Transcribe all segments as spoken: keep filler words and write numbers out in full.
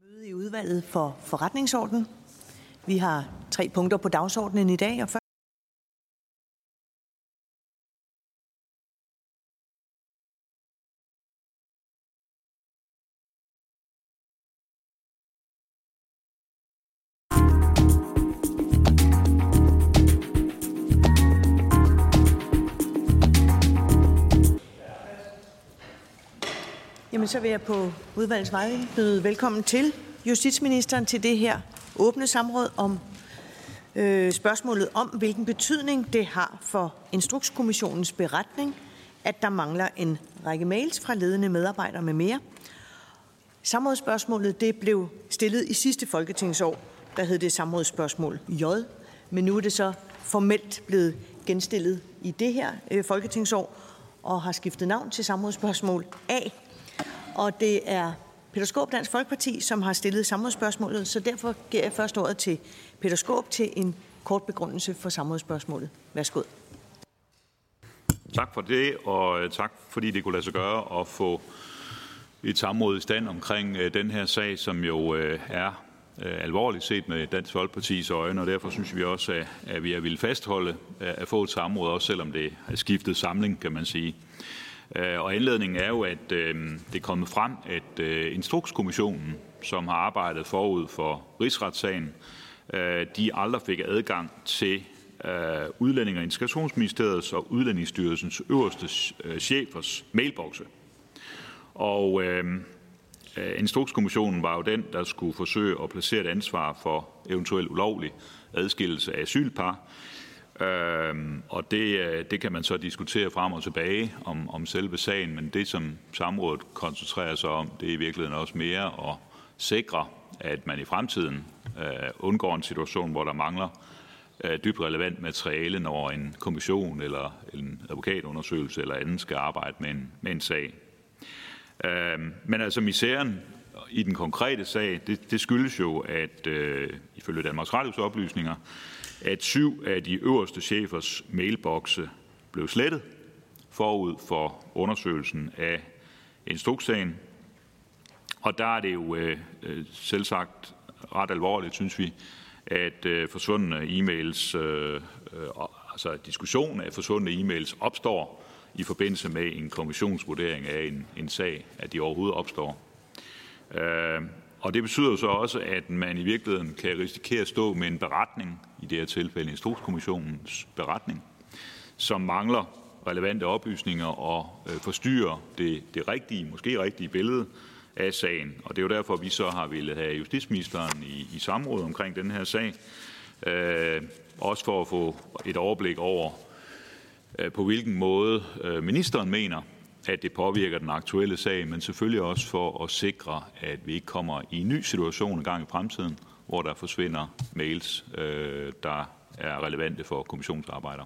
Møde i udvalget for forretningsorden. Vi har tre punkter på dagsordenen i dag, og først Jamen, så vil jeg på udvalgets vegne byde velkommen til justitsministeren til det her åbne samråd om øh, spørgsmålet om, hvilken betydning det har for Instrukskommissionens beretning, at der mangler en række mails fra ledende medarbejdere med mere. Samrådsspørgsmålet det blev stillet i sidste folketingsår, der hed det samrådsspørgsmål J, men nu er det så formelt blevet genstillet i det her øh, folketingsår og har skiftet navn til samrådsspørgsmål A. Og det er Peter Skaarup, Dansk Folkeparti, som har stillet samrådsspørgsmålet, så derfor giver jeg først ordet til Peter Skaarup til en kort begrundelse for samrådsspørgsmålet. Værsgo. Tak for det, og tak fordi det kunne lade sig gøre at få et samråd i stand omkring den her sag, som jo er alvorligt set med Dansk Folkepartis øjne, og derfor synes vi også, at vi er ville fastholde at få et samråd, også selvom det er skiftet samling, kan man sige. Og anledningen er jo, at øh, det er kommet frem, at øh, Instrukskommissionen, som har arbejdet forud for rigsretssagen, øh, de aldrig fik adgang til øh, Udlændinge- og Integrationsministeriets og Udlændingsstyrelsens øverste øh, chefers mailbokse. Og øh, Instrukskommissionen var jo den, der skulle forsøge at placere et ansvar for eventuelt ulovlig adskillelse af asylpar. Øhm, og det, det kan man så diskutere frem og tilbage om, om selve sagen, men det, som samrådet koncentrerer sig om, det er i virkeligheden også mere at sikre, at man i fremtiden øh, undgår en situation, hvor der mangler øh, dybt relevant materiale, når en kommission eller en advokatundersøgelse eller anden skal arbejde med en, med en sag. Øhm, men altså misæren i den konkrete sag, det, det skyldes jo, at øh, ifølge Danmarks Radios oplysninger, at syv af de øverste chefers mailbokse blev slettet forud for undersøgelsen af instrukssagen. Og der er det jo øh, selvsagt ret alvorligt, synes vi, at øh, forsvundne e-mails, øh, altså diskussion af forsvundne e-mails opstår i forbindelse med en kommissionsvurdering af en, en sag, at de overhovedet opstår. Øh, Og det betyder jo så også, at man i virkeligheden kan risikere at stå med en beretning, i det her tilfælde Instrukskommissionens beretning, som mangler relevante oplysninger og øh, forstyrrer det, det rigtige, måske rigtige billede af sagen. Og det er jo derfor, vi så har ville have justitsministeren i, i samråd omkring den her sag, øh, også for at få et overblik over, øh, på hvilken måde øh, ministeren mener, at det påvirker den aktuelle sag, men selvfølgelig også for at sikre, at vi ikke kommer i en ny situation en gang i fremtiden, hvor der forsvinder mails, øh, der er relevante for kommissionsarbejder.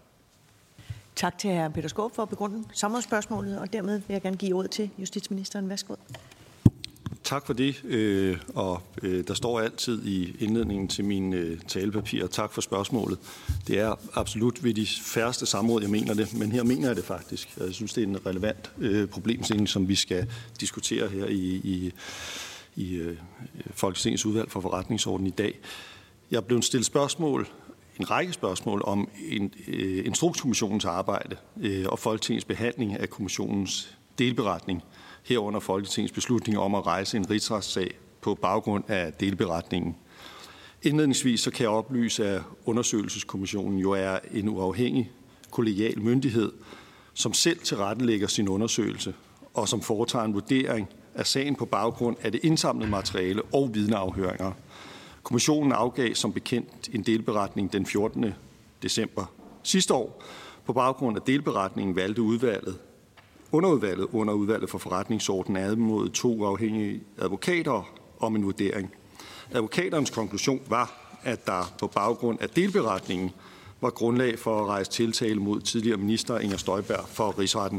Tak til hr. Peter Skaarup for at begrunde samrådsspørgsmålet, og dermed vil jeg gerne give ordet til justitsministeren. Værsgo. Tak for det, øh, og øh, der står altid i indledningen til mine øh, talepapirer. Tak for spørgsmålet. Det er absolut ved de færreste samråd, jeg mener det, men her mener jeg det faktisk. Jeg synes, det er en relevant øh, problemstilling, som vi skal diskutere her i, i, i øh, Folketingets udvalg for forretningsorden i dag. Jeg er blevet stillet spørgsmål, en række spørgsmål om en, øh, Instrukskommissionens arbejde øh, og Folketingets behandling af kommissionens delberetning, herunder Folketingets beslutning om at rejse en rigsretssag på baggrund af delberetningen. Indledningsvis så kan jeg oplyse, at undersøgelseskommissionen jo er en uafhængig kollegial myndighed, som selv tilrettelægger sin undersøgelse og som foretager en vurdering af sagen på baggrund af det indsamlede materiale og vidneafhøringer. Kommissionen afgav som bekendt en delberetning den fjortende december sidste år. På baggrund af delberetningen valgte udvalget Underudvalget under udvalget for forretningsordenen anmodede to uafhængige advokater om en vurdering. Advokaternes konklusion var, at der på baggrund af delberetningen var grundlag for at rejse tiltale mod tidligere minister Inger Støjberg for Rigsretten.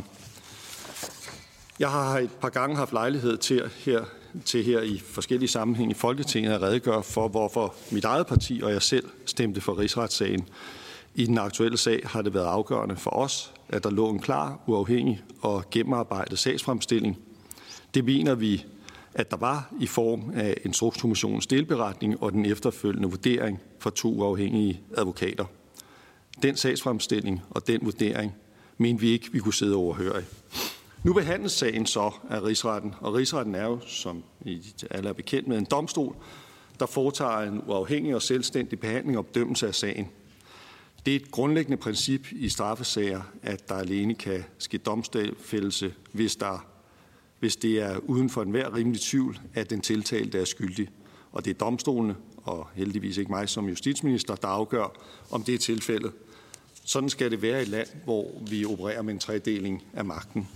Jeg har et par gange haft lejlighed til her, til her i forskellige sammenhænge i Folketinget at redegøre for, hvorfor mit eget parti og jeg selv stemte for rigsretssagen. I den aktuelle sag har det været afgørende for os, at der lå en klar, uafhængig og gennemarbejdet sagsfremstilling. Det mener vi at der var i form af Instrukskommissionens delberetning og den efterfølgende vurdering fra to uafhængige advokater. Den sagsfremstilling og den vurdering mente vi ikke, vi kunne sidde overhøre. Nu behandles sagen så af Rigsretten, og Rigsretten er jo, som I alle er bekendt med, en domstol, der foretager en uafhængig og selvstændig behandling og bedømmelse af sagen. Det er et grundlæggende princip i straffesager, at der alene kan ske domsfældelse, hvis, der, hvis det er uden for enhver rimelig tvivl, at den tiltalte er skyldig. Og det er domstolene, og heldigvis ikke mig som justitsminister, der afgør, om det er tilfældet. Sådan skal det være i et land, hvor vi opererer med en tredeling af magten.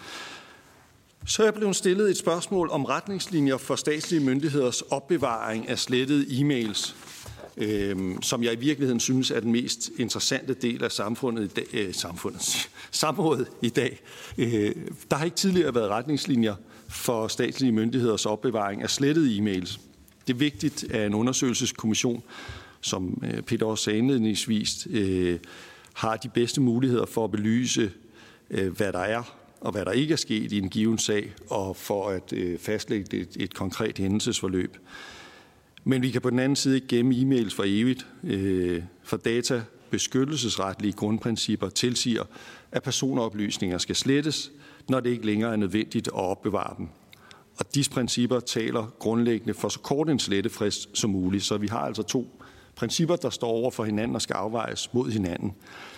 Så er jeg blevet stillet et spørgsmål om retningslinjer for statslige myndigheders opbevaring af slettede e-mails, øh, som jeg i virkeligheden synes er den mest interessante del af samfundet i dag, øh, samfundet, samrådet i dag. Øh, der har ikke tidligere været retningslinjer for statslige myndigheders opbevaring af slettede e-mails. Det er vigtigt, at en undersøgelseskommission, som Peter også sagde indledningsvis, øh, har de bedste muligheder for at belyse, øh, hvad der er og hvad der ikke er sket i en given sag, og for at øh, fastlægge et, et konkret hændelsesforløb. Men vi kan på den anden side ikke gemme e-mails for evigt, øh, for databeskyttelsesretlige grundprincipper tilsiger, at personoplysninger skal slettes, når det ikke længere er nødvendigt at opbevare dem. Og disse principper taler grundlæggende for så kort en slettefrist som muligt, så vi har altså to principper, der står over for hinanden og skal afvejes mod hinanden.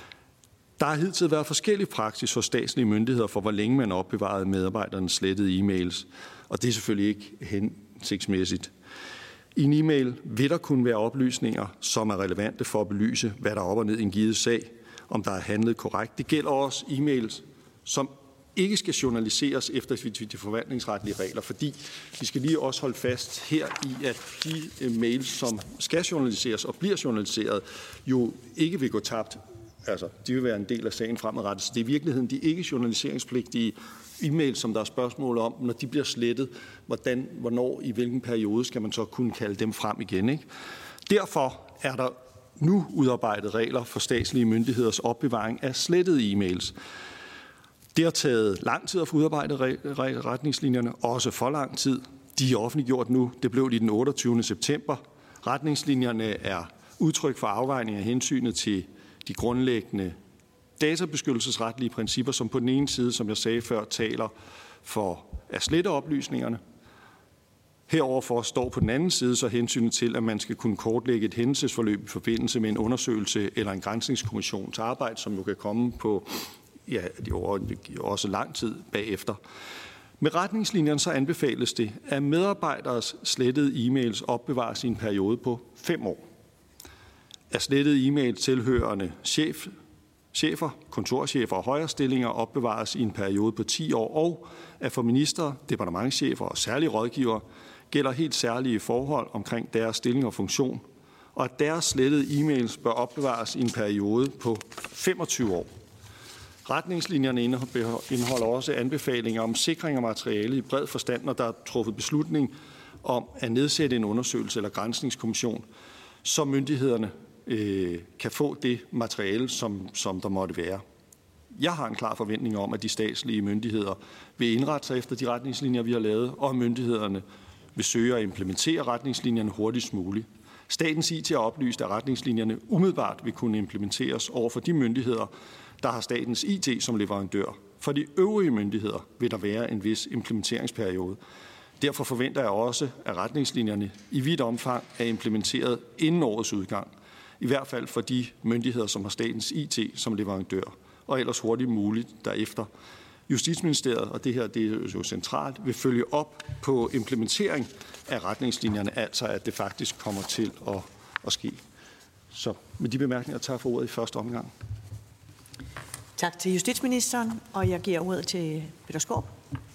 Der har hidtil været forskellig praksis for statslige myndigheder for, hvor længe man opbevarede medarbejdernes slettede e-mails, og det er selvfølgelig ikke hensigtsmæssigt. I en e-mail vil der kunne være oplysninger, som er relevante for at belyse, hvad der er op og ned i en givet sag, om der er handlet korrekt. Det gælder også e-mails, som ikke skal journaliseres efter de forvaltningsretlige regler, fordi vi skal lige også holde fast her i, at de mails, som skal journaliseres og bliver journaliseret, jo ikke vil gå tabt. Altså, de vil være en del af sagen fremadrettet. Så det er i virkeligheden de ikke journaliseringspligtige e-mails, som der er spørgsmål om, når de bliver slettet, hvordan, hvornår, i hvilken periode skal man så kunne kalde dem frem igen, ikke? Derfor er der nu udarbejdet regler for statslige myndigheders opbevaring af slettede e-mails. Det har taget lang tid at få udarbejdet retningslinjerne, også for lang tid. De er offentliggjort nu. Det blev de den otteogtyvende september. Retningslinjerne er udtryk for afvejning af hensynet til de grundlæggende databeskyttelsesretlige principper, som på den ene side, som jeg sagde før, taler for at slette oplysningerne. Heroverfor står på den anden side så hensynet til, at man skal kunne kortlægge et hændelsesforløb i forbindelse med en undersøgelse eller en granskningskommissions arbejde, som jo kan komme på ja, også lang tid bagefter. Med retningslinjerne så anbefales det, at medarbejderes slettede e-mails opbevares i en periode på fem år. At slettede e-mails tilhørende chef, chefer, kontorchefer og højere stillinger opbevares i en periode på ti år, og at for minister, departementschefer og særlige rådgivere gælder helt særlige forhold omkring deres stilling og funktion, og at deres slettede e-mails bør opbevares i en periode på femogtyve år. Retningslinjerne indeholder også anbefalinger om sikring af materiale i bred forstand, når der er truffet beslutning om at nedsætte en undersøgelse eller granskningskommission, så myndighederne øh, kan få det materiale, som, som der måtte være. Jeg har en klar forventning om, at de statslige myndigheder vil indrette sig efter de retningslinjer, vi har lavet, og at myndighederne vil søge at implementere retningslinjerne hurtigst muligt. Statens I T har oplyst, at retningslinjerne umiddelbart vil kunne implementeres over for de myndigheder, der har statens I T som leverandør. For de øvrige myndigheder vil der være en vis implementeringsperiode. Derfor forventer jeg også, at retningslinjerne i vidt omfang er implementeret inden årets udgang. I hvert fald for de myndigheder, som har statens I T som leverandør, og ellers hurtigt muligt derefter. Justitsministeriet, og det her det er jo centralt, vil følge op på implementering af retningslinjerne, altså at det faktisk kommer til at, at ske. Så med de bemærkninger, tak for ordet i første omgang. Tak til justitsministeren, og jeg giver ordet til Peter Skaarup.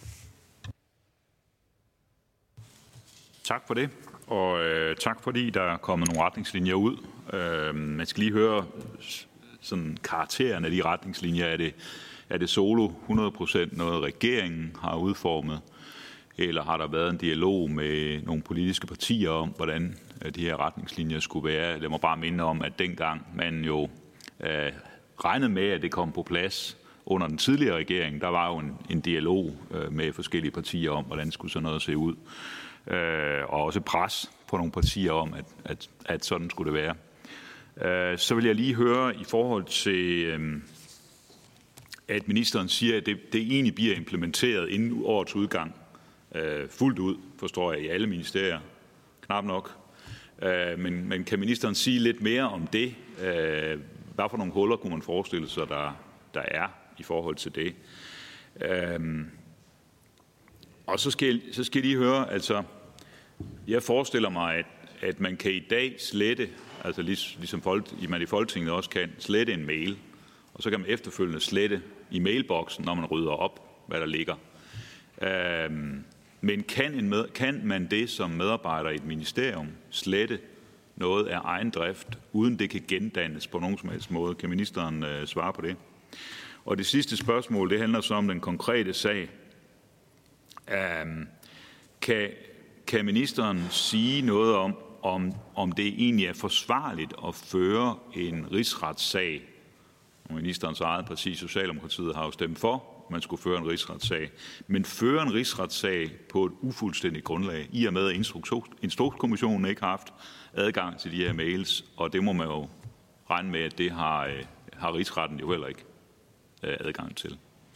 Tak for det, og øh, tak fordi der er kommet nogle retningslinjer ud. Øh, man skal lige høre sådan karakteren af de retningslinjer. Er det, er det solo hundrede procent noget, regeringen har udformet, eller har der været en dialog med nogle politiske partier om, hvordan de her retningslinjer skulle være? Lad mig bare minde om, at dengang man jo øh, regnede med, at det kom på plads under den tidligere regering, der var jo en, en dialog øh, med forskellige partier om, hvordan skulle sådan noget se ud. Øh, og også pres på nogle partier om, at, at, at sådan skulle det være. Øh, så vil jeg lige høre i forhold til, øh, at ministeren siger, at det, det egentlig bliver implementeret inden årets udgang. Øh, fuldt ud, forstår jeg, i alle ministerier. Knap nok. Øh, men, men kan ministeren sige lidt mere om det? Øh, hvad for nogle huller kunne man forestille sig, der, der er i forhold til det? Øh, og så skal, jeg, så skal jeg lige høre, altså, jeg forestiller mig, at, at man kan i dag slette, altså ligesom folk, man i Folketinget også kan, slette en mail, og så kan man efterfølgende slette i mailboksen, når man rydder op, hvad der ligger. Øh, Men kan, en med, kan man det som medarbejder i et ministerium slette noget af egen drift, uden det kan gendannes på nogen som helst måde? Kan ministeren øh, svare på det? Og det sidste spørgsmål, det handler så om den konkrete sag. Um, kan, kan ministeren sige noget om, om, om det egentlig er forsvarligt at føre en rigsretssag? Ministerens eget parti, Socialdemokratiet, har jo stemt for, man skulle føre en rigsretssag, men føre en rigsretssag på et ufuldstændigt grundlag, i og med at Instrukskommissionen ikke har haft adgang til de her mails, og det må man jo regne med, at det har, øh, har rigsretten jo heller ikke øh, adgang til.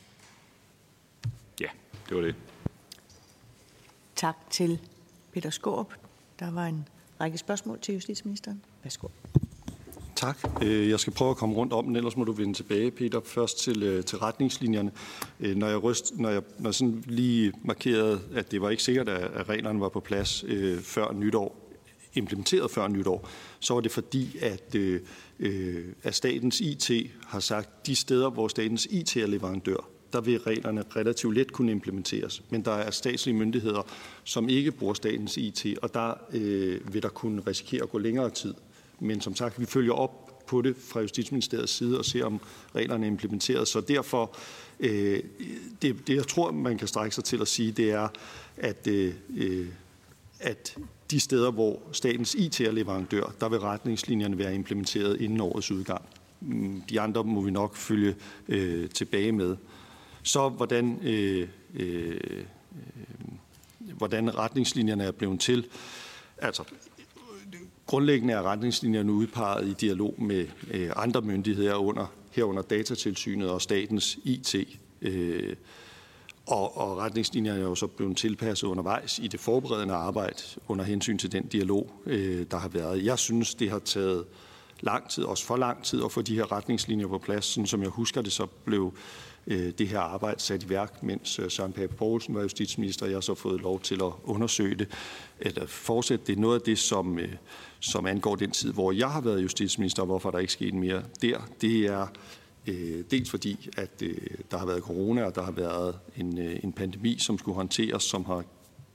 Ja, det var det. Tak til Peter Skaarup. Der var en række spørgsmål til justitsministeren. Værsgo. Tak. Jeg skal prøve at komme rundt om den, ellers må du vende tilbage, Peter. Først til, til retningslinjerne. Når jeg, ryst, når, jeg, når jeg sådan lige markerede, at det var ikke sikkert, at reglerne var på plads øh, før nytår, implementeret før nytår, så var det fordi, at, øh, at statens I T har sagt, de steder, hvor statens I T er leverandør, der vil reglerne relativt let kunne implementeres. Men der er statslige myndigheder, som ikke bruger statens I T, og der øh, vil der kunne risikere at gå længere tid. Men som sagt, vi følger op på det fra Justitsministeriets side og ser, om reglerne er implementeret. Så derfor, øh, det, det jeg tror, man kan strække sig til at sige, det er, at, øh, at de steder, hvor statens I T er leverandør, der vil retningslinjerne være implementeret inden årets udgang. De andre må vi nok følge øh, tilbage med. Så hvordan, øh, øh, hvordan retningslinjerne er blevet til. Altså, grundlæggende er retningslinjerne udpeget i dialog med øh, andre myndigheder under, herunder Datatilsynet og statens I T. Øh, og, og retningslinjerne er jo så blevet tilpasset undervejs i det forberedende arbejde under hensyn til den dialog, øh, der har været. Jeg synes, det har taget lang tid, også for lang tid, at få de her retningslinjer på plads. Sådan som jeg husker det, så blev øh, det her arbejde sat i værk, mens øh, Søren Pape Poulsen var justitsminister, og jeg har så fået lov til at undersøge det, eller fortsætte det. Noget af det, som, øh, som angår den tid, hvor jeg har været justitsminister, og hvorfor der ikke skete mere der, det er øh, dels fordi, at øh, der har været corona, og der har været en, øh, en pandemi, som skulle håndteres, som har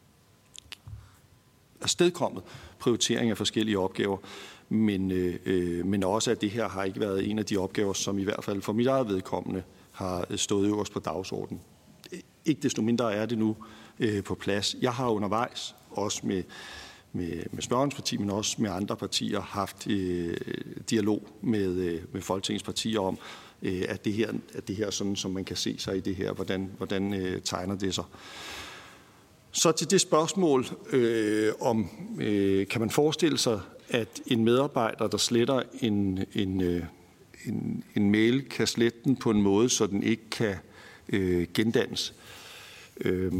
afstedkommet prioritering af forskellige opgaver. Men, øh, men også, at det her har ikke været en af de opgaver, som i hvert fald for mit eget vedkommende har stået øverst på dagsordenen. Ikke desto mindre er det nu øh, på plads. Jeg har undervejs, også med, med, med spørgerens parti, men også med andre partier, haft øh, dialog med, øh, med Folketingets partier om, øh, at det her, at det her sådan, som man kan se sig i det her, hvordan, hvordan øh, tegner det sig. Så til det spørgsmål, øh, om øh, kan man forestille sig, at en medarbejder, der sletter en, en, øh, en, en mail, kan slette den på en måde, så den ikke kan øh, gendannes. Øh,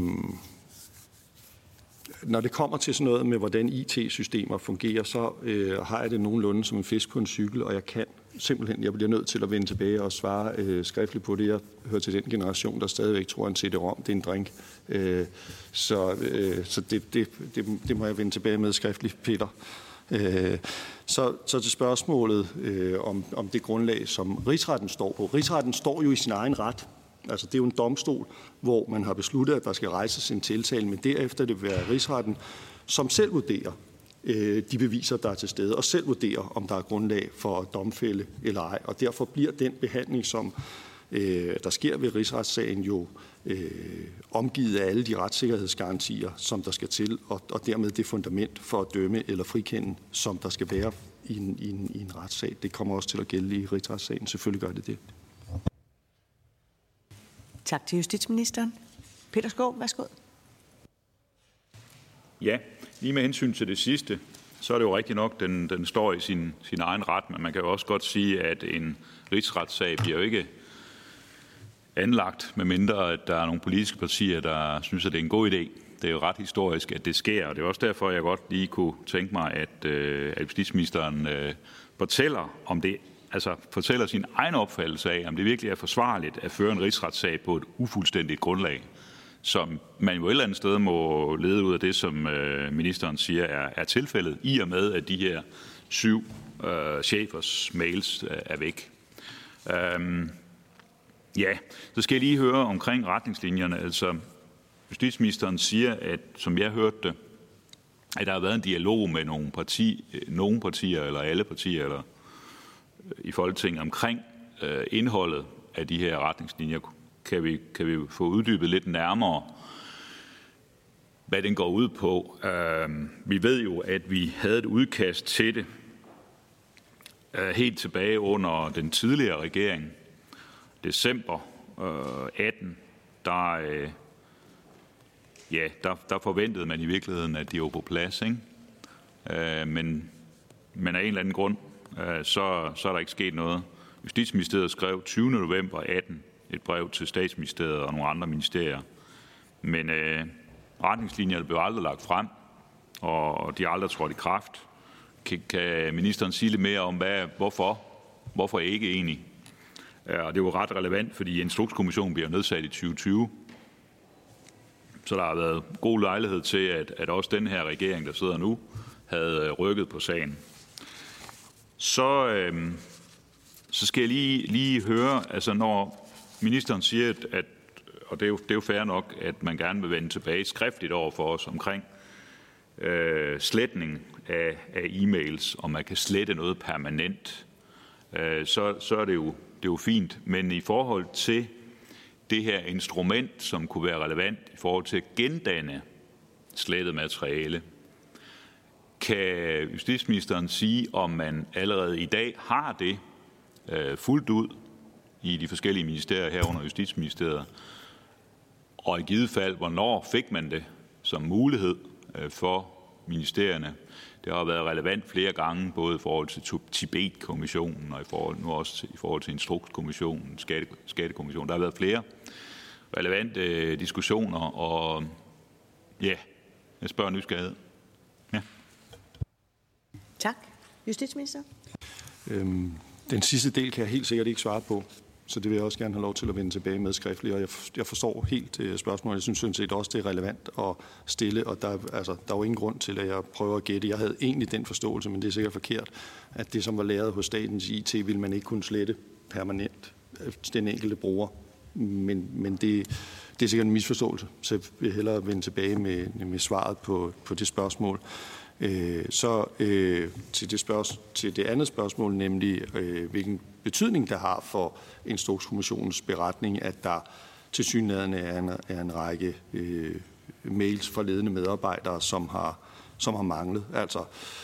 når det kommer til sådan noget med, hvordan I T-systemer fungerer, så øh, har jeg det nogenlunde som en fisk på en cykel, og jeg kan simpelthen, jeg bliver nødt til at vende tilbage og svare øh, skriftligt på det. Jeg hører til den generation, der stadigvæk tror, at en C D-rom, det er en drink. Øh, så øh, så det, det, det, det må jeg vende tilbage med skriftligt, Peter. Øh, så, så til spørgsmålet øh, om, om det grundlag, som rigsretten står på. Rigsretten står jo i sin egen ret. Altså, det er jo en domstol, hvor man har besluttet, at der skal rejses en tiltale, men derefter det vil være rigsretten, som selv vurderer øh, de beviser, der er til stede, og selv vurderer, om der er grundlag for domfælde eller ej. Og derfor bliver den behandling, som øh, der sker ved rigsretssagen, jo øh, omgivet af alle de retssikkerhedsgarantier, som der skal til, og, og dermed det fundament for at dømme eller frikende, som der skal være i en, i en, i en retssag. Det kommer også til at gælde i rigsretssagen. Selvfølgelig gør det det. Tak til justitsministeren. Peter Skaarup, værsgo. Ja, lige med hensyn til det sidste, så er det jo rigtigt nok, den, den står i sin, sin egen ret, men man kan jo også godt sige, at en rigsretssag bliver jo ikke anlagt, medmindre at der er nogle politiske partier, der synes, at det er en god idé. Det er jo ret historisk, at det sker, og det er også derfor, jeg godt lige kunne tænke mig, at, øh, at justitsministeren øh, fortæller om det, altså fortæller sin egen opfattelse af, om det virkelig er forsvarligt at føre en rigsretssag på et ufuldstændigt grundlag, som man jo et eller andet sted må lede ud af det, som øh, ministeren siger er, er tilfældet, i og med, at de her syv øh, chefers mails øh, er væk. Øhm, ja, så skal jeg lige høre omkring retningslinjerne. Altså, justitsministeren siger, at, som jeg hørte det, at der har været en dialog med nogle, parti, nogle partier, eller alle partier, eller i Folketinget omkring øh, indholdet af de her retningslinjer. Kan vi, kan vi få uddybet lidt nærmere, hvad den går ud på? Uh, vi ved jo, at vi havde et udkast til det uh, helt tilbage under den tidligere regering. December uh, atten, der, uh, ja, der, der forventede man i virkeligheden, at de var på plads, ikke? Uh, men, men af en eller anden grund, uh, så, så er der ikke sket noget. Justitsministeriet skrev tyvende november atten et brev til Statsministeriet og nogle andre ministerier. Men øh, retningslinjerne blev aldrig lagt frem, og de er aldrig trådt i kraft. Kan, kan ministeren sige lidt mere om, hvad, hvorfor? Hvorfor ikke egentlig? Og det er jo ret relevant, fordi Instrukskommissionen bliver nedsat i tyve tyve. Så der har været god lejlighed til, at, at også den her regering, der sidder nu, havde rykket på sagen. Så, øh, så skal jeg lige, lige høre, altså når ministeren siger, at, og det er, jo, det er jo fair nok, at man gerne vil vende tilbage skriftligt over for os omkring øh, sletning af, af e-mails, og man kan slette noget permanent, øh, så, så er det jo, det er jo fint. Men i forhold til det her instrument, som kunne være relevant i forhold til at gendanne slettet materiale, kan justitsministeren sige, om man allerede i dag har det øh, fuldt ud i de forskellige ministerier herunder Justitsministeriet, og i givet fald, hvornår fik man det som mulighed for ministerierne? Det har været relevant flere gange, både i forhold til Tibet-kommissionen og i forhold, nu også i forhold til Instrukskommissionen, skatte, Skattekommissionen. Der har været flere relevante diskussioner, og ja, jeg spørger nysgerrighed. Ja. Tak. Justitsminister? Øhm, den sidste del kan jeg helt sikkert ikke svare på. Så det vil jeg også gerne have lov til at vende tilbage med skriftligt, og jeg forstår helt spørgsmålet. Jeg synes sådan set også, det er relevant at stille, og der, altså, der er jo ingen grund til, at jeg prøver at gætte. Jeg havde egentlig den forståelse, men det er sikkert forkert, at det, som var lavet hos statens I T, ville man ikke kunne slette permanent den enkelte bruger. Men, men det, det er sikkert en misforståelse, så jeg vil hellere vende tilbage med, med svaret på, på det spørgsmål. Øh, så øh, til, det spørgsmål, til det andet spørgsmål, nemlig øh, hvilken betydning der har for Instrukskommissionens beretning, at der tilsyneladende er en, er en række øh, mails fra ledende medarbejdere, som har, som har manglet. Altså,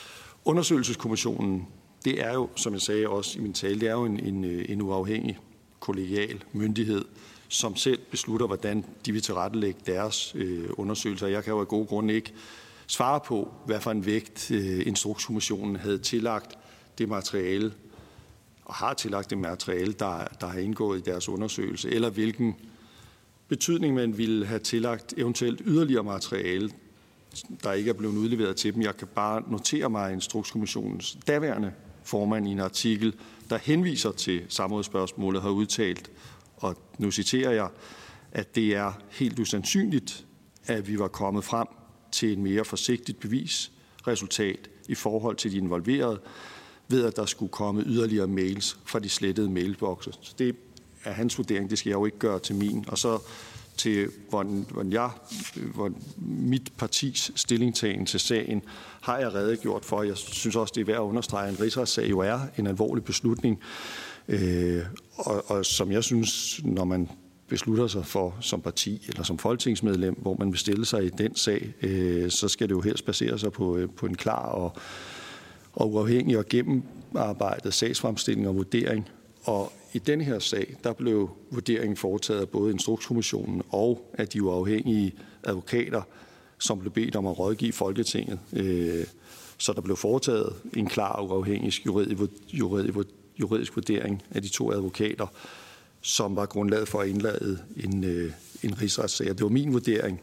undersøgelseskommissionen, det er jo, som jeg sagde også i min tale, det er jo en, en, en uafhængig kollegial myndighed, som selv beslutter, hvordan de vil tilrettelægge deres øh, undersøgelser. Jeg kan jo af gode grunde ikke svare på, hvad for en vægt øh, Instrukskommissionen havde tillagt det materiale, og har tillagt det materiale, der, der har indgået i deres undersøgelse, eller hvilken betydning man ville have tillagt eventuelt yderligere materiale, der ikke er blevet udleveret til dem. Jeg kan bare notere mig, at Instrukskommissionens daværende formand i en artikel, der henviser til samrådsspørgsmålet, har udtalt, og nu citerer jeg, at det er helt usandsynligt, at vi var kommet frem til et mere forsigtigt bevisresultat i forhold til de involverede, ved at der skulle komme yderligere mails fra de slettede mailbokse. Så det er hans vurdering, det skal jeg jo ikke gøre til min. Og så til, hvordan, hvordan jeg, hvordan mit partis stillingtagen til sagen, har jeg redegjort for. Jeg synes også, det er værd at understrege, at en rigsretssag jo er en alvorlig beslutning. Øh, og, og som jeg synes, når man beslutter sig for som parti eller som folketingsmedlem, hvor man vil stille sig i den sag, øh, så skal det jo helst basere sig på, øh, på en klar og, og uafhængig og gennemarbejdet sagsfremstilling og vurdering. Og i denne her sag, der blev vurderingen foretaget af både Instrukskommissionen og af de uafhængige advokater, som blev bedt om at rådgive Folketinget. Så der blev foretaget en klar uafhængig juridisk vurdering af de to advokater, som var grundlaget for at indlade en, en rigsretssag. Det var min vurdering,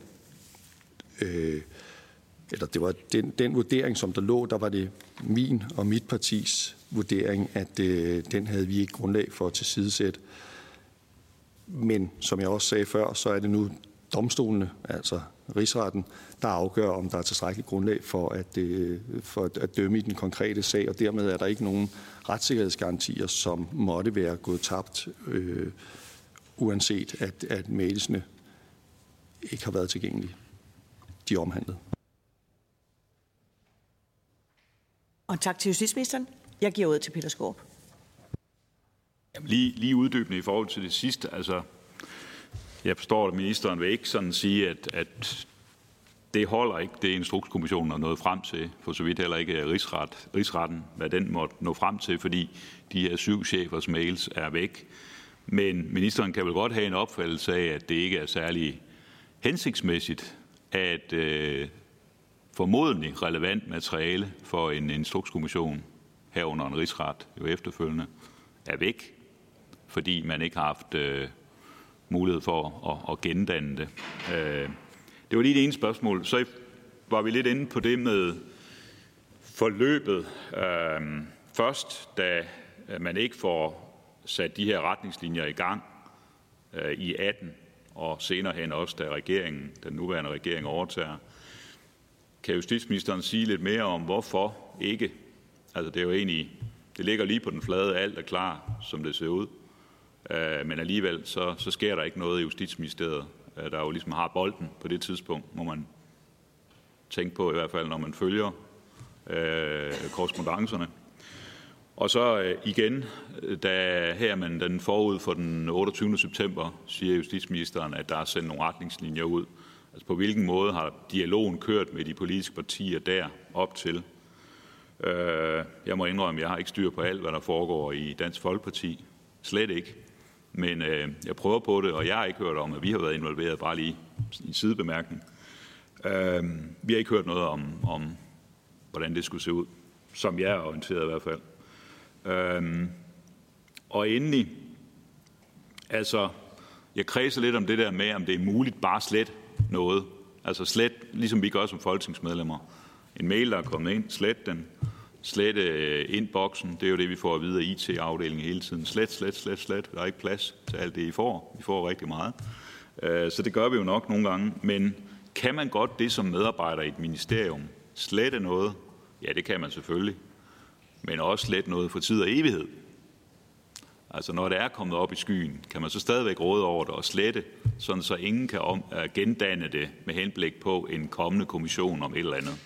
eller det var den, den vurdering, som der lå, der var det min og mit partis vurdering, at øh, den havde vi ikke grundlag for at tilsidesætte. Men som jeg også sagde før, så er det nu domstolene, altså rigsretten, der afgør, om der er tilstrækkeligt grundlag for at, øh, for at dømme i den konkrete sag, og dermed er der ikke nogen retssikkerhedsgarantier, som måtte være gået tabt, øh, uanset at, at mailsene ikke har været tilgængelige. De er omhandlet. Og tak til justitsministeren. Jeg giver ordet til Peter Skaarup. Jamen, lige, lige uddybende i forhold til det sidste. Altså, jeg forstår, at ministeren vil ikke sådan sige, at, at det holder ikke, det Instrukskommissionen er nået frem til, for så vidt heller ikke rigsret, rigsretten, hvad den måtte nå frem til, fordi de her syv chefers mails er væk. Men ministeren kan vel godt have en opfattelse af, at det ikke er særlig hensigtsmæssigt, at øh, formodentlig relevant materiale for en Instrukskommission herunder en rigsret jo efterfølgende er væk, fordi man ikke har haft øh, mulighed for at, at gendanne det. Øh, det var lige det ene spørgsmål. Så var vi lidt inde på det med forløbet. Øh, først, da man ikke får sat de her retningslinjer i gang øh, i atten, og senere hen også, da regeringen, den nuværende regering overtager. Kan justitsministeren sige lidt mere om, hvorfor ikke? Altså, det er jo egentlig, det ligger lige på den flade, alt er klar, som det ser ud. Uh, men alligevel, så, så sker der ikke noget i Justitsministeriet, uh, der jo ligesom har bolden på det tidspunkt, må man tænke på, i hvert fald, når man følger uh, korrespondancerne. Og så uh, igen, da her man den forud for den otteogtyvende september, siger justitsministeren, at der er sendt nogle retningslinjer ud. Altså på hvilken måde har dialogen kørt med de politiske partier der op til? Jeg må indrømme, at jeg har ikke styr på alt, hvad der foregår i Dansk Folkeparti. Slet ikke. Men øh, jeg prøver på det, og jeg har ikke hørt om, at vi har været involveret, bare lige i sidebemærkning. Øh, vi har ikke hørt noget om, om, hvordan det skulle se ud, som jeg er orienteret i hvert fald. Øh, og endelig, altså, jeg kredser lidt om det der med, om det er muligt bare slet noget. Altså slet, ligesom vi gør som folketingsmedlemmer. En mail, der er kommet ind, slet den. Slet uh, inboxen, det er jo det, vi får at vide af I T-afdelingen hele tiden. Slet, slet, slet, slet. Der er ikke plads til alt det, I får. I får rigtig meget. Uh, så det gør vi jo nok nogle gange. Men kan man godt det som medarbejder i et ministerium? Slette noget? Ja, det kan man selvfølgelig. Men også slette noget for tid og evighed. Altså når det er kommet op i skyen, kan man så stadigvæk råde over det og slette, sådan så ingen kan om, uh, gendanne det med henblik på en kommende kommission om et eller andet.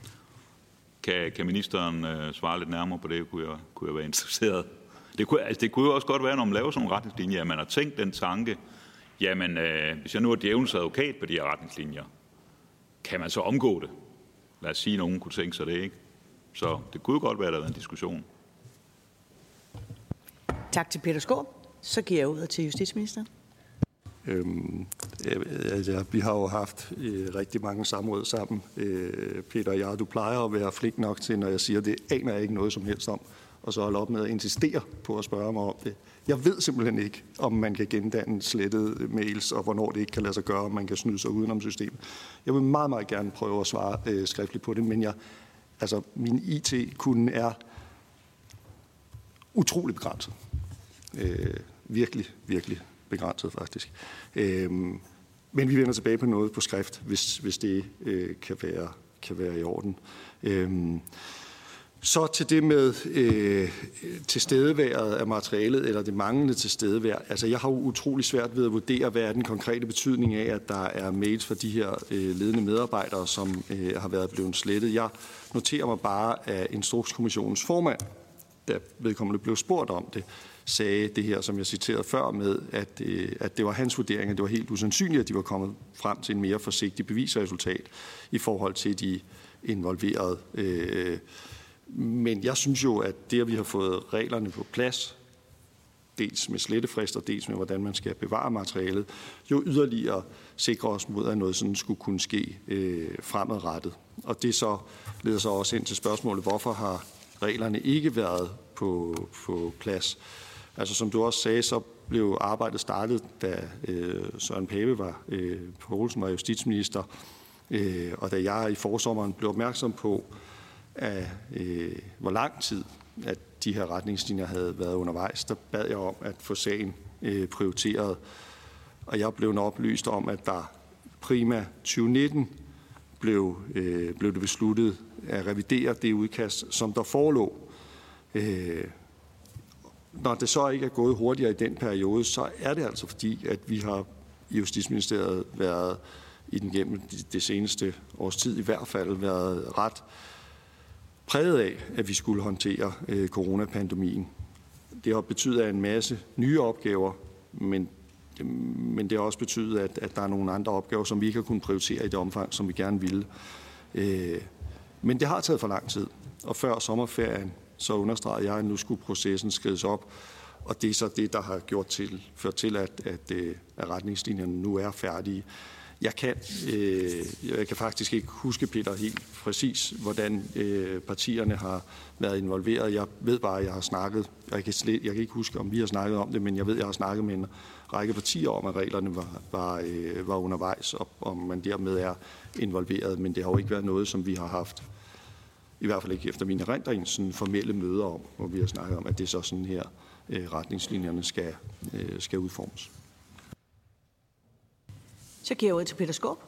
Kan, kan ministeren uh, svare lidt nærmere på det, kunne jeg, kunne jeg være interesseret. Det kunne, altså, det kunne jo også godt være, når man laver sådan nogle retningslinjer, at man har tænkt den tanke, jamen uh, hvis jeg nu er djævelens advokat på de her retningslinjer, kan man så omgå det? Lad os sige, at nogen kunne tænke sig det, ikke? Så det kunne jo godt være, at der var en diskussion. Tak til Peter Skaarup. Så giver jeg ordet til justitsministeren. Øhm, ja, vi har jo haft øh, rigtig mange samråd sammen. Øh, Peter og jeg, du plejer at være flink nok til, når jeg siger, det aner jeg ikke noget som helst om, og så holde op med at insistere på at spørge mig om det. Jeg ved simpelthen ikke, om man kan gendanne slettede mails, og hvornår det ikke kan lade sig gøre, om man kan snyde sig udenom systemet. Jeg vil meget, meget gerne prøve at svare øh, skriftligt på det, men jeg, altså, min I T-kunde er utrolig begrænset. Øh, virkelig, virkelig begrænset faktisk. Øhm, men vi vender tilbage på noget på skrift, hvis, hvis det øh, kan, være, kan være i orden. Øhm, så til det med øh, tilstedeværet af materialet, eller det manglende tilstedevær. Altså jeg har jo utrolig svært ved at vurdere, hvad er den konkrete betydning af, at der er mails fra de her øh, ledende medarbejdere, som øh, har været blevet slettet. Jeg noterer mig bare, at Instrukskommissionens formand, da vedkommende blev spurgt om det, sagde det her, som jeg citerede før med, at, øh, at det var hans vurdering, at det var helt usandsynligt, at de var kommet frem til en mere forsigtig bevisresultat i forhold til de involverede. Øh, men jeg synes jo, at det, at vi har fået reglerne på plads, dels med slettefrister, dels med, hvordan man skal bevare materialet, jo yderligere sikre os mod, at noget sådan skulle kunne ske øh, fremadrettet. Og det så leder så også ind til spørgsmålet, hvorfor har reglerne ikke været på, på plads? Altså som du også sagde, så blev arbejdet startet, da øh, Søren Pape var, øh, Poulsen var justitsminister, øh, og da jeg i forsommeren blev opmærksom på, at, øh, hvor lang tid at de her retningslinjer havde været undervejs, der bad jeg om at få sagen øh, prioriteret. Og jeg blev oplyst om, at der prima tyve nitten blev, øh, blev det besluttet at revidere det udkast, som der forelå. Øh, Når det så ikke er gået hurtigere i den periode, så er det altså fordi, at vi har i Justitsministeriet været i den gennem det seneste års tid i hvert fald været ret præget af, at vi skulle håndtere øh, coronapandemien. Det har betydet en masse nye opgaver, men, men det har også betydet, at, at der er nogle andre opgaver, som vi ikke har kunnet prioritere i det omfang, som vi gerne ville. Øh, men det har taget for lang tid, og før sommerferien, så understregede jeg, at nu skulle processen skrides op, og det er så det, der har gjort til, ført til, at, at, at retningslinjerne nu er færdige. Jeg kan, øh, jeg kan faktisk ikke huske, Peter, helt præcis, hvordan øh, partierne har været involveret. Jeg ved bare, at jeg har snakket, jeg kan, slet, jeg kan ikke huske, om vi har snakket om det, men jeg ved, at jeg har snakket med en række partier om, at reglerne var, var, øh, var undervejs, og om man dermed er involveret, men det har jo ikke været noget, som vi har haft, i hvert fald ikke efter mine erindring, sådan formelle møder om, hvor vi har snakket om, at det er så sådan her, øh, retningslinjerne skal, øh, skal udformes. Så giver jeg ordet til Peter Skaarup.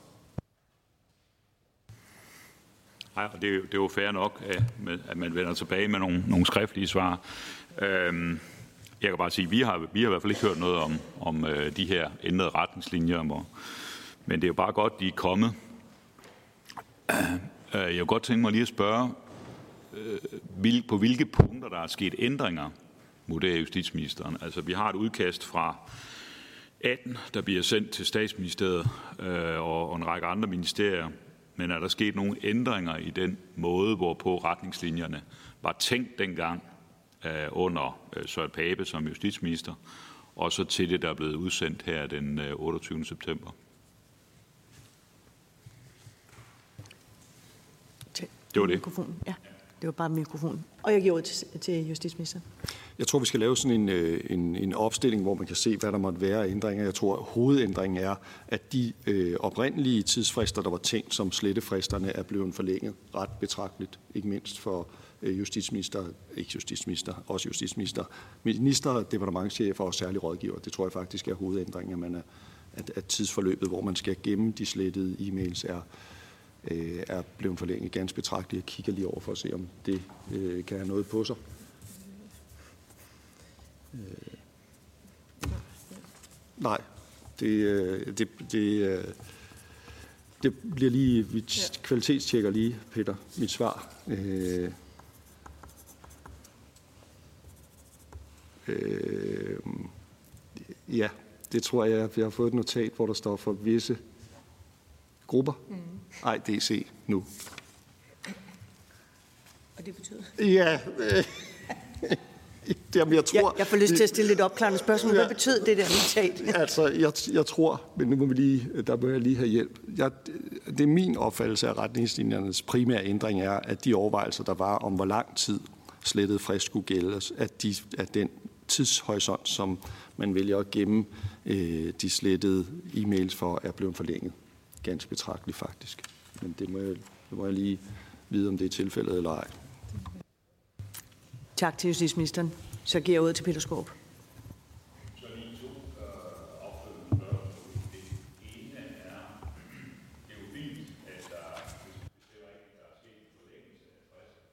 Nej, og det er jo, det er jo fair nok, at man vender tilbage med nogle, nogle skriftlige svar. Øhm, jeg kan bare sige, at vi har, vi har i hvert fald ikke hørt noget om, om øh, de her ændrede retningslinjer, men det er jo bare godt, de er kommet. Jeg kunne godt tænke mig lige at spørge, øh, på hvilke punkter der er sket ændringer, vurderer justitsministeren. Altså, vi har et udkast fra atten, der bliver sendt til Statsministeriet øh, og, og en række andre ministerier. Men er der sket nogle ændringer i den måde, hvorpå retningslinjerne var tænkt dengang øh, under øh, Søren Pape som justitsminister, og så til det, der er blevet udsendt her den øh, otteogtyvende september? Det var det. Mikrofonen. Ja, det var bare mikrofonen. Og jeg giver ordet til, til justitsministeren. Jeg tror, vi skal lave sådan en, en, en opstilling, hvor man kan se, hvad der måtte være af ændringer. Jeg tror, at hovedændringen er, at de øh, oprindelige tidsfrister, der var tænkt som slettefristerne, er blevet forlænget ret betragteligt. Ikke mindst for øh, justitsminister, ikke justitsminister, også justitsminister, minister, departementschefer og særlige rådgiver. Det tror jeg faktisk er hovedændringen, at, man er, at, at tidsforløbet, hvor man skal gemme de slettede e-mails, er er blevet forlænget ganske betragteligt. Jeg kigger lige over for at se, om det øh, kan have noget på sig. Øh. Nej, det, øh, det, det, øh, det bliver lige, vi kvalitetstjekker lige, Peter, mit svar. Øh. Øh. Ja, det tror jeg, jeg har fået et notat, hvor der står for visse grupper. Nej, D C nu. Og det betyder? Ja. Øh, jamen, jeg tror... Jeg, jeg får lyst til at stille et opklarende spørgsmål. Hvad ja, betyder det der notat? Altså, jeg, jeg tror, men nu må vi lige, der må jeg lige have hjælp. Jeg, det er min opfattelse af retningslinjernes primære ændring er, at de overvejelser, der var om, hvor lang tid slettet frist skulle gælde, at, de, at den tidshorisont, som man vælger at gemme øh, de slettede e-mails for, er blevet forlænget. Ganske betragteligt faktisk. Men det må, jeg, det må jeg lige vide, om det er tilfældet eller ej. Tak til justitsministeren. Så giver jeg ordet til Peter Skaarup. Så lige to øh, opfølgende spørgsmål. Det ene er, det er jo fint, at der, hvis det er rigtigt, der er sket en forlængelse af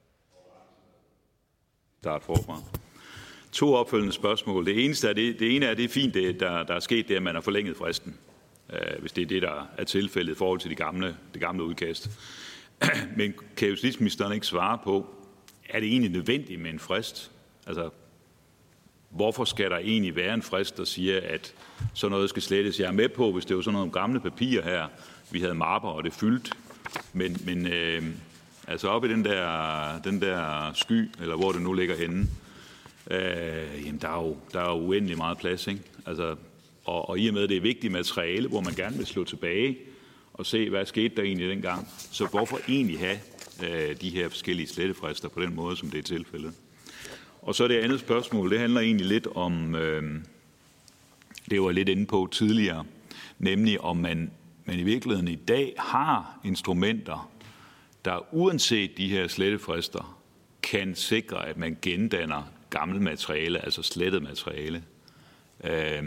frist. Start forfra. To opfølgende spørgsmål. Det eneste er, det, det ene er, det er fint, det, der, der er sket det, at man har forlænget fristen. Hvis det er det, der er tilfældet i forhold til de gamle, det gamle udkast. Men kan justitsministeren ikke svare på, er det egentlig nødvendigt med en frist? Altså, hvorfor skal der egentlig være en frist, der siger, at sådan noget skal slettes? Jeg er med på, hvis det var sådan nogle gamle papirer her, vi havde mapper, og det fyldt. Men, men øh, altså oppe i den der, den der sky, eller hvor det nu ligger henne, øh, jamen der er, jo, der er jo uendelig meget plads, ikke? Altså, og, og i og med, at det er vigtigt materiale, hvor man gerne vil slå tilbage og se, hvad skete der egentlig dengang. Så hvorfor egentlig have øh, de her forskellige slettefrister på den måde, som det er tilfældet? Og så det andet spørgsmål, det handler egentlig lidt om, øh, det var jeg lidt inde på tidligere, nemlig om man, man i virkeligheden i dag har instrumenter, der uanset de her slettefrister, kan sikre, at man gendanner gammelt materiale, altså slettet materiale. Øh,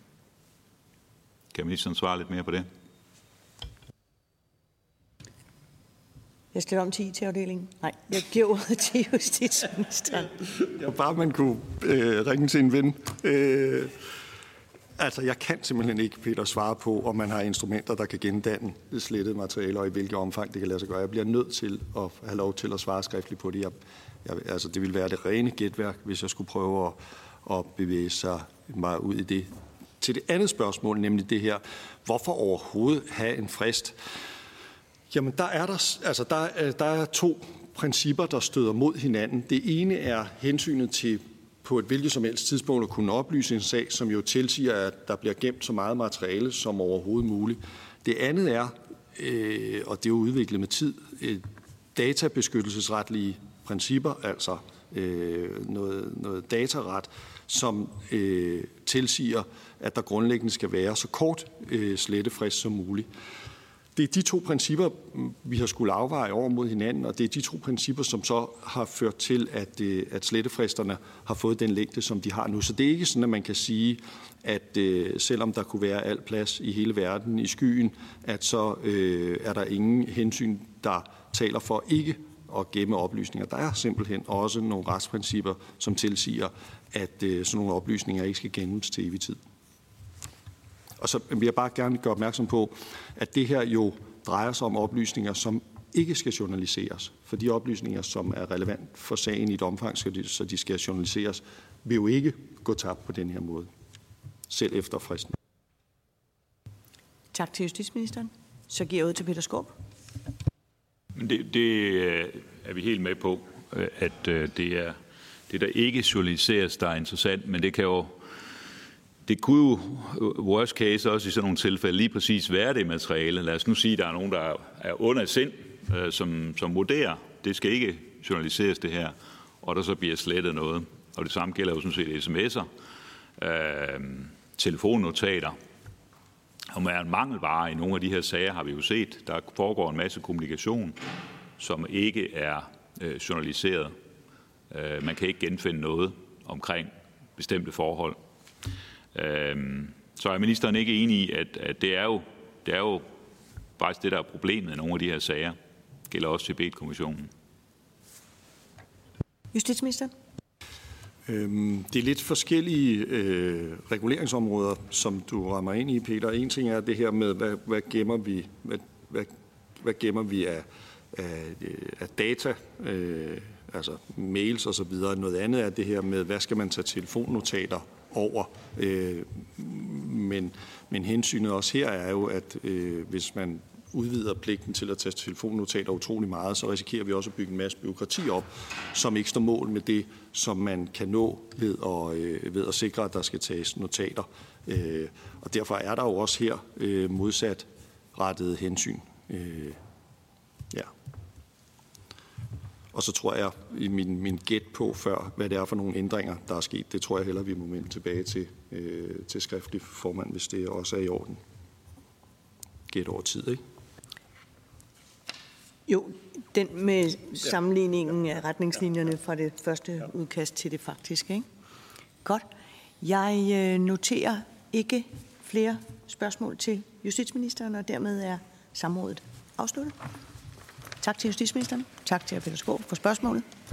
kan ministeren svare lidt mere på det? Jeg stiller om til I T-afdelingen. Nej, jeg giver ordet til justitsministeren. Jeg bare, man kunne øh, ringe til en ven. Øh, altså, jeg kan simpelthen ikke, Peter, svare på, om man har instrumenter, der kan gendanne slettet materiale, og i hvilket omfang det kan lade sig gøre. Jeg bliver nødt til at have lov til at svare skriftligt på det. Jeg, jeg, altså, det ville være det rene gætværk, hvis jeg skulle prøve at, at bevæge sig mig ud i det. Til det andet spørgsmål, nemlig det her, hvorfor overhovedet have en frist? Jamen, der er, der, altså, der, der er to principper, der støder mod hinanden. Det ene er hensynet til på et hvilket som helst tidspunkt at kunne oplyse en sag, som jo tilsiger, at der bliver gemt så meget materiale som overhovedet muligt. Det andet er, øh, og det er jo udviklet med tid, øh, databeskyttelsesretlige principper, altså øh, noget, noget dataret, som øh, tilsiger, at der grundlæggende skal være så kort øh, slettefrist som muligt. Det er de to principper, vi har skulle afveje over mod hinanden, og det er de to principper, som så har ført til, at, at slettefristerne har fået den længde, som de har nu. Så det er ikke sådan, at man kan sige, at øh, selvom der kunne være al plads i hele verden i skyen, at så øh, er der ingen hensyn, der taler for ikke at gemme oplysninger. Der er simpelthen også nogle retsprincipper, som tilsiger, at øh, sådan nogle oplysninger ikke skal gemmes til evig tid. Og så vil jeg bare gerne gøre opmærksom på, at det her jo drejer sig om oplysninger, som ikke skal journaliseres. For de oplysninger, som er relevant for sagen i et omfang, så de skal journaliseres, vil jo ikke gå tabt på den her måde, selv efter fristen. Tak til justitsministeren. Så giver jeg ud til Peter Skaarup. Det, det er vi helt med på, at det er det, der ikke journaliseres, der er interessant, men det kan jo Det kunne jo worst case også i sådan nogle tilfælde lige præcis være det materiale. Lad os nu sige, at der er nogen, der er under sind, øh, som, som vurderer, det skal ikke journaliseres det her, og der så bliver slettet noget. Og det samme gælder jo sådan set sms'er, øh, telefonnotater. Og med en mangelvare i nogle af de her sager har vi jo set, der foregår en masse kommunikation, som ikke er øh, journaliseret. Øh, man kan ikke genfinde noget omkring bestemte forhold. Så er ministeren ikke enig i, at, at det, er jo, det er jo faktisk det, der er problemet i nogle af de her sager. Det gælder også Tibet-kommissionen. Justitsminister? Øhm, det er lidt forskellige øh, reguleringsområder, som du rammer ind i, Peter. En ting er det her med, hvad, hvad gemmer vi, hvad, hvad, hvad gemmer vi af, af, af data, øh, altså mails osv. Noget andet er det her med, hvad skal man tage telefonnotater over. Øh, men, men hensynet også her er jo, at øh, hvis man udvider pligten til at tage telefonnotater utrolig meget, så risikerer vi også at bygge en masse byråkrati op, som ikke står mål med det, som man kan nå ved at, øh, ved at sikre, at der skal tages notater. Øh, og derfor er der jo også her øh, modsat rettede hensyn. Øh, ja. Og så tror jeg, i min, min gæt på før, hvad det er for nogle ændringer, der er sket, det tror jeg heller, vi må vende tilbage til, øh, til skriftlig formand, hvis det også er i orden. Gæt over tid, ikke? Jo, den med sammenligningen af retningslinjerne fra det første udkast til det faktiske, ikke? Godt. Jeg noterer ikke flere spørgsmål til justitsministeren, og dermed er samrådet afsluttet. Tak til justitsministeren. Tak til Peter Skaarup for spørgsmålet.